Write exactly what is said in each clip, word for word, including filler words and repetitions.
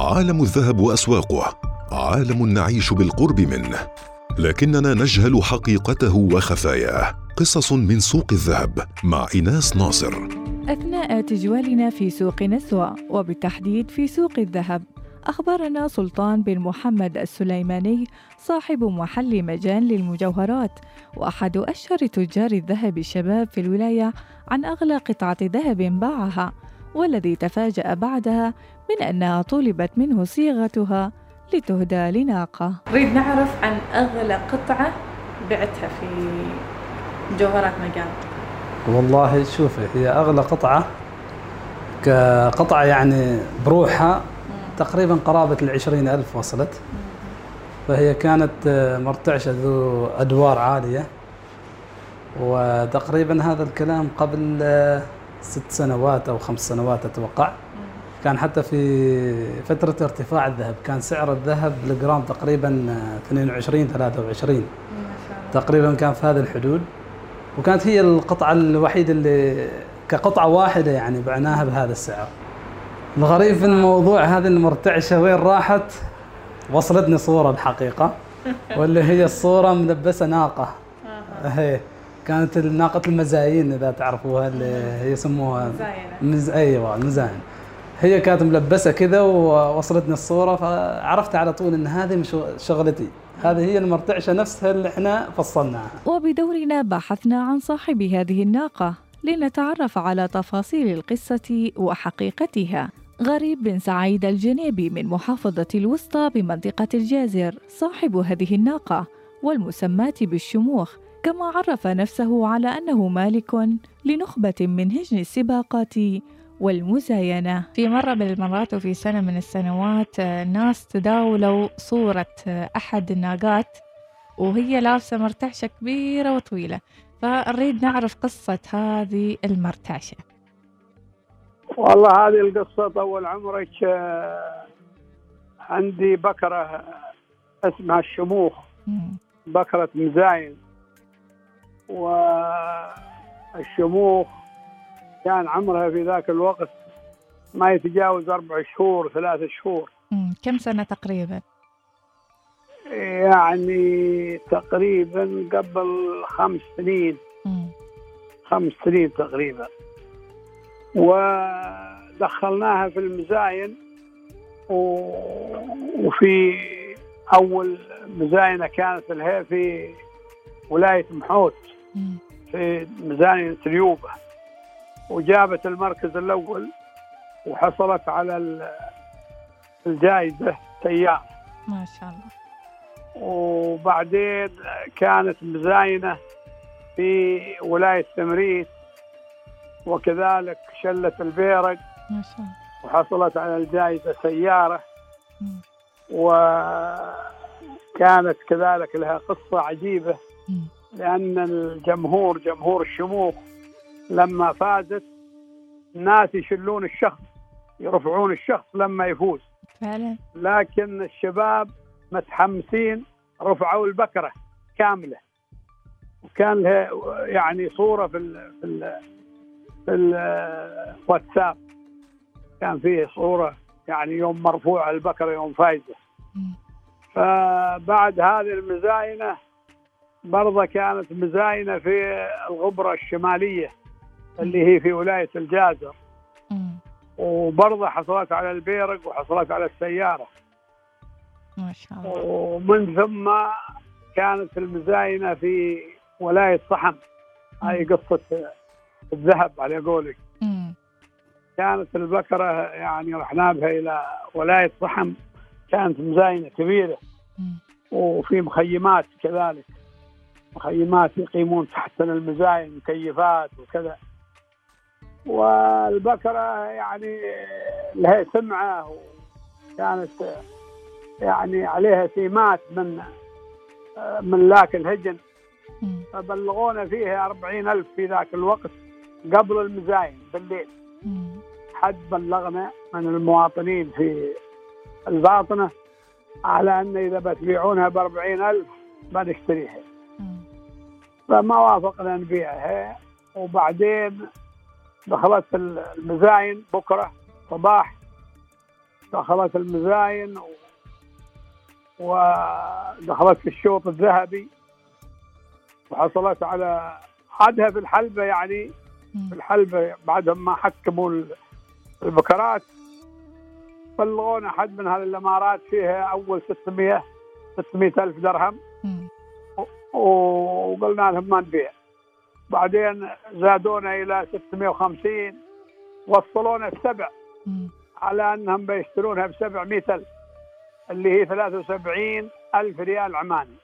عالم الذهب وأسواقه عالم نعيش بالقرب منه، لكننا نجهل حقيقته وخفاياه. قصص من سوق الذهب مع إيناس ناصر. أثناء تجوالنا في سوق نسوى، وبالتحديد في سوق الذهب، أخبرنا سلطان بن محمد السليماني صاحب محل مجان للمجوهرات وأحد أشهر تجار الذهب الشباب في الولاية عن أغلى قطعة ذهب باعها، والذي تفاجأ بعدها من أنها طلبت منه صياغتها لتهدى لناقة. نريد نعرف عن أغلى قطعة بعتها في مجوهرات مجان. والله شوفي، هي أغلى قطعة كقطعة يعني بروحها مم. تقريبا قرابة العشرين ألف وصلت. مم. فهي كانت مرتعشة ذو أدوار عالية، وتقريبا هذا الكلام قبل ست سنوات أو خمس سنوات أتوقع. مم. كان حتى في فترة ارتفاع الذهب كان سعر الذهب للجرام تقريبا اثنين وعشرين ثلاثة وعشرين تقريبا، كان في هذه الحدود. وكانت هي القطعة الوحيدة اللي كقطعة واحدة يعني بعناها بهذا السعر. الغريب في الموضوع هذه المرتعشة وين راحت؟ وصلتني صورة الحقيقة، واللي هي الصورة ملبسة ناقة. هي كانت ناقة المزاين إذا تعرفوها، اللي هي يسموها مز... أيوة المزاين. هي كانت ملبسة كذا ووصلتني الصورة، فعرفت على طول إن هذه مش شغلتي، هذه هي المرتعشة نفسها اللي احنا فصلناها. وبدورنا بحثنا عن صاحب هذه الناقة لنتعرف على تفاصيل القصة وحقيقتها. غريب بن سعيد الجنيبي من محافظة الوسطى بمنطقة الجازر صاحب هذه الناقة والمسماة بالشموخ، كما عرف نفسه على أنه مالك لنخبة من هجن السباقات والمزاينة. في مرة من المرات وفي سنة من السنوات الناس تداولوا صورة أحد الناقات وهي لابسة مرتعشة كبيرة وطويلة، فنريد نعرف قصة هذه المرتعشة. والله هذه القصة طول عمرك. عندي بكرة اسمها الشموخ، بكرة مزاين، والشموخ كان عمرها في ذاك الوقت ما يتجاوز أربع شهور ثلاث شهور. كم سنة تقريبا؟ يعني تقريبا قبل خمس سنين. مم. خمس سنين تقريبا. ودخلناها في المزاين، وفي أول مزاينة كانت لها في ولاية محوت في مزاين تريوبة، وجابت المركز الأول وحصلت على الجائزة سيارة ما شاء الله. وبعدين كانت مزاينة في ولاية تمريت وكذلك شلة البيرق ما شاء الله، وحصلت على الجائزة سيارة. م. وكانت كذلك لها قصة عجيبة. م. لأن الجمهور جمهور الشموخ لما فازت الناس يشلون الشخص، يرفعون الشخص لما يفوز فعلا، لكن الشباب متحمسين رفعوا البكرة كاملة. وكان لها يعني صورة في ال في ال في الواتساب، كان فيه صورة يعني يوم مرفوع البكرة يوم فايزة. فبعد هذه المزاينة برضه كانت مزاينة في الغبرة الشمالية اللي هي في ولاية الجازر، وبرضه حصلت على البيرق وحصلت على السيارة ما شاء الله. ومن ثم كانت المزاينة في ولاية صحم، هاي قصة الذهب على قولك. مم. كانت البكرة يعني رحنا بها إلى ولاية صحم، كانت مزاينة كبيرة. مم. وفي مخيمات كذلك، مخيمات يقيمون تحت المزاين، مكيفات وكذا. والبكرة يعني لها سمعة، وكانت يعني عليها سمات من ملاك الهجن، فبلغونا فيها أربعين ألف في ذاك الوقت قبل المزاين بالليل. مم. حد بلغنا من المواطنين في الباطنة على أن إذا بتبيعونها بأربعين ألف بنشتريها. فما وافقنا نبيعها. وبعدين دخلت المزاين بكرة صباح دخلت المزاين ودخلت في الشوط الذهبي، وحصلت على عادها في الحلبة، يعني في الحلبة بعدهم ما حكموا البكرات بلغونا حد من هذه الإمارات فيها أول ستمائة ألف درهم، وقلنا لهم ما نبيع. بعدين زادونا إلى ستمائة وخمسين، وصلونا السبع على أنهم بيشترونها بسبعمائة ألف، اللي هي ثلاثة وسبعين ألف ريال عماني.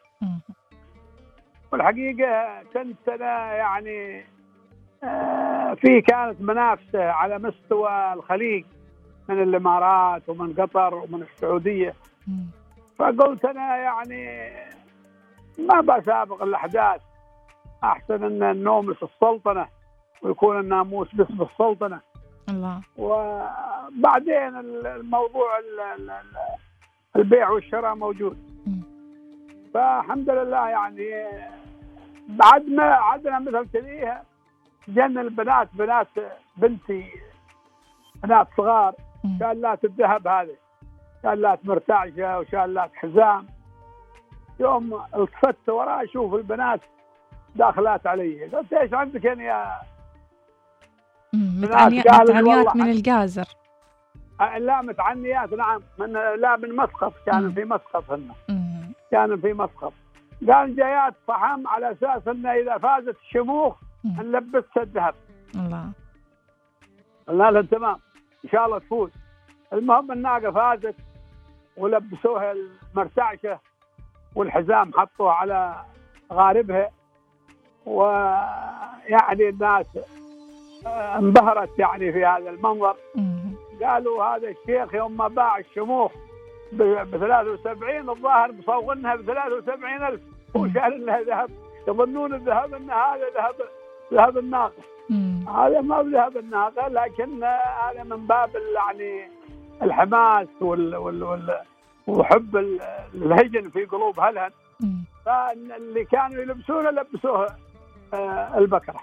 والحقيقة كنت أنا يعني في كانت منافسة على مستوى الخليج من الإمارات ومن قطر ومن السعودية، فقلت أنا يعني ما بسابق الأحداث، أحسن أن النوم في السلطنة ويكون الناموس بس بالسلطنة. الله. وبعدين الموضوع البيع والشراء موجود، فالحمد لله يعني بعد ما عدنا مثل كذيها جن البنات، بنات بنتي بنات صغار، شالات الذهب هذه، شالات مرتعشة وشالات حزام. يوم التفت وراء أشوف البنات داخلات علي، قلت ايش عندك يا متعنيات من الجازر؟ لا متعنيات، نعم، من لا من مسقط، كانوا في مسقط هن، كانوا في مسقط. قال جايات فحم على اساس انه اذا فازت الشموخ نلبسها الذهب. الله. قلنا لها تمام ان شاء الله تفوز. المهم الناقه فازت ولبسوها المرتعشه والحزام حطوه على غاربها، ويعني الناس انبهرت يعني في هذا المنظر. قالوا هذا الشيخ يوم ما باع الشموخ ب ثلاثة وسبعين الظاهر مصوغنها ب ثلاثة وسبعين ألف وشال لها ذهب، يظنون الذهب ان هذا ذهب ذهب الناقه. هذا ما بذهب الناقه، لكن هذا من باب يعني الحماس وال وال وال وحب الهجن في قلوب هلهن. فاللي كانوا يلبسونه لبسوها البكره.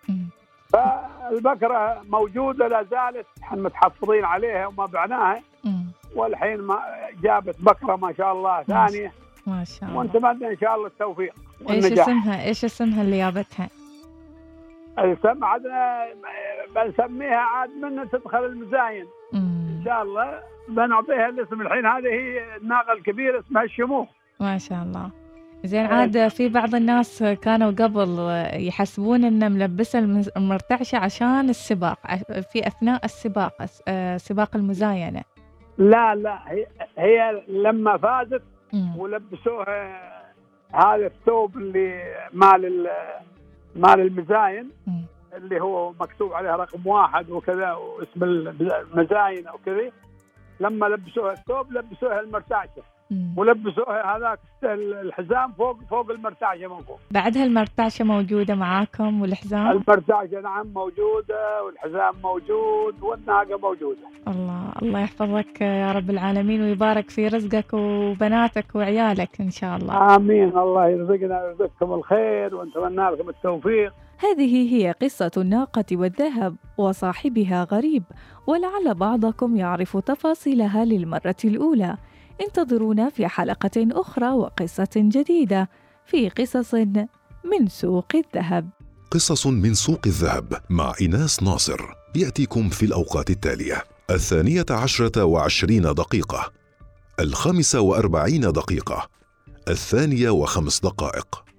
فالبكره موجوده لا زالت، احنا متحفظين عليها وما بعناها، والحين ما جابت بكره ما شاء الله ثانيه ما شاء الله، ونتمنى ان شاء الله التوفيق والنجاح. ايش اسمها؟ ايش اسمها اللي جابتها؟ الاسم عدنا بنسميها عاد من تدخل المزاين ان شاء الله، بنعطيها الاسم الحين. هذه هي الناقه الكبيره اسمها الشموخ. ما شاء الله. زين، عاد في بعض الناس كانوا قبل يحسبون ان ملبسه المرتعشه عشان السباق، في اثناء السباق، سباق المزاينه. لا لا، هي, هي لما فازت ولبسوها هذا الثوب اللي مال مال المزاين، م. اللي هو مكتوب عليه رقم واحد وكذا واسم المزاين او كذا. لما لبسوها الثوب لبسوها المرتعشه، ولبسوها هذاك الحزام فوق فوق المرتعشه من فوق. بعدها المرتعشه موجوده معاكم والحزام؟ المرتعشه نعم موجوده، والحزام موجود، والناقه موجوده. الله الله يحفظك يا رب العالمين، ويبارك في رزقك وبناتك وعيالك ان شاء الله. امين، الله يرزقنا ويرزقكم الخير ونتمنى لكم التوفيق. هذه هي قصة الناقة والذهب وصاحبها غريب، ولعل بعضكم يعرف تفاصيلها للمرة الأولى. انتظرونا في حلقة أخرى وقصة جديدة في قصص من سوق الذهب. قصص من سوق الذهب مع إيناس ناصر يأتيكم في الأوقات التالية: الثانية عشرة وعشرين دقيقة، الخامسة وأربعين دقيقة، الثانية وخمس دقائق.